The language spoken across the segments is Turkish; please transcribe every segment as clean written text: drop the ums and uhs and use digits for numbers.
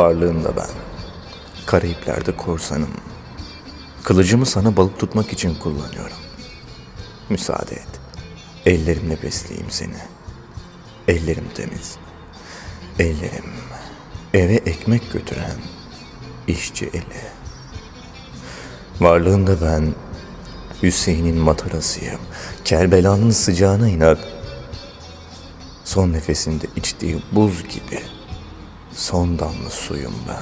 Varlığında ben, Karayipler'de korsanım. Kılıcımı sana balık tutmak için kullanıyorum. Müsaade et, ellerimle besleyeyim seni. Ellerim temiz, ellerim eve ekmek götüren işçi eli. Varlığında ben, Hüseyin'in matarasıyım. Kerbela'nın sıcağına inat. Son nefesinde içtiği buz gibi son damla suyum ben.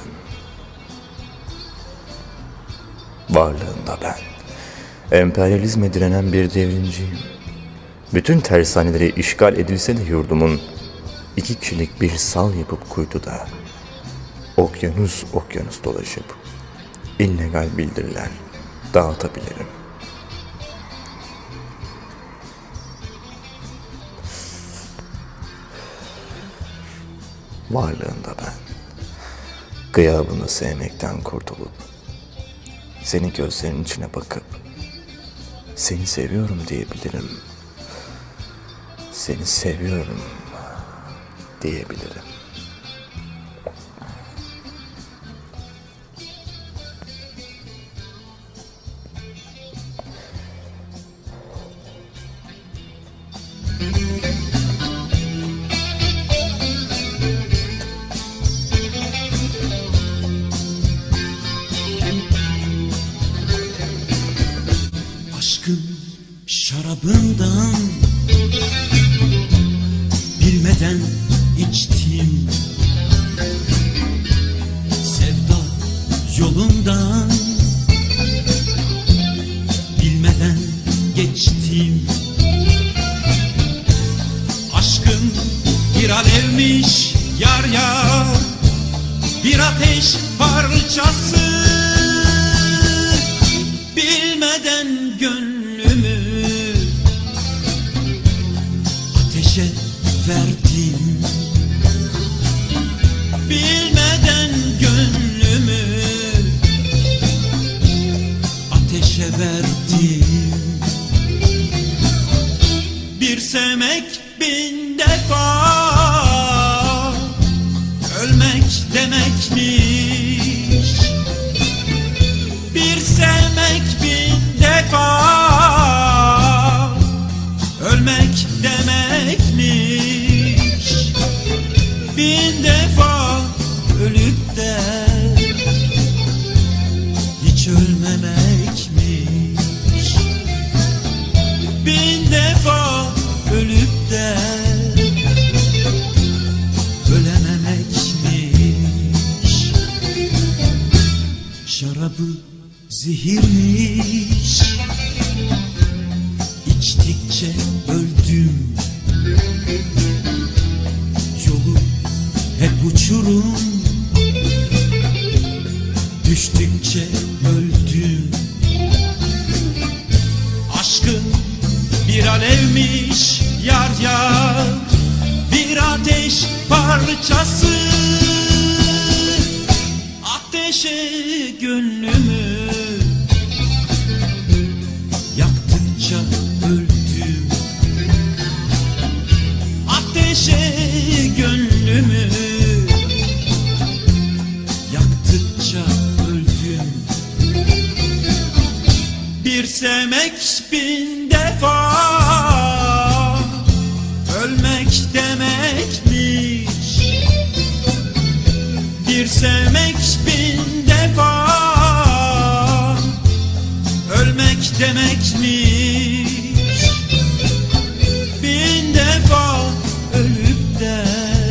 Varlığında ben, emperyalizme direnen bir devrimciyim. Bütün tersaneleri işgal edilse de yurdumun, 2 kişilik bir sal yapıp kuytuda okyanus okyanus dolaşıp illegal bildiriler dağıtabilirim. Varlığında ben, gıyabını sevmekten kurtulup seni gözlerinin içine bakıp seni seviyorum diyebilirim. Seni seviyorum diyebilirim. Aşkın şarabından bilmeden içtim, sevda yolundan bilmeden geçtim. Aşkın bir alevmiş yar yar, bir ateş parçası. Bilmeden gönlümü ateşe verdim. Bilmeden gönlümü ateşe verdim. Bir sevmek 1000 defa ölmek demekmiş. Bir sevmek 1000 defa ölmek demekmiş. 1000 defa ölüp de hiç ölmemekmiş. 1000 defa ölüp de ölememekmiş. Şarabı zehirmiş, içtikçe öldüm. Yolu hep uçurum, düştükçe öldüm. Aşkın bir alevmiş yar yar, bir ateş parçası. Ateşe gönlümü yaktıkça öldüm. Ateşe gönlümü yaktıkça öldüm. Bir sevmek 1000 defa ölmek demekmiş. Bir sevmek 1000 defa ölmek demekmiş. 1000 defa ölüp de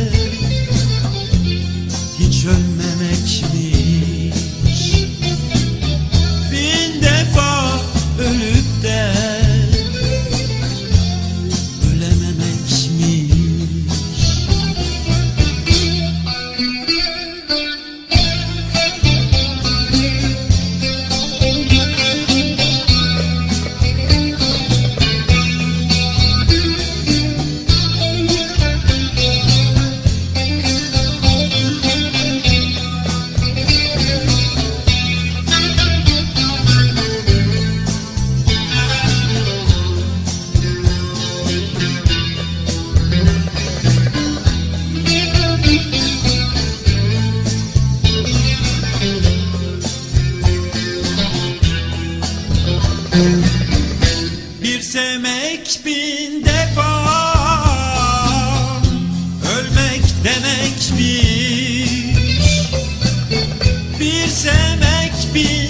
hiç ölmemekmiş. 1000 defa ölüp de ölememekmiş. sevmek bin defa ölmek demekmiş. Bir sevmek bin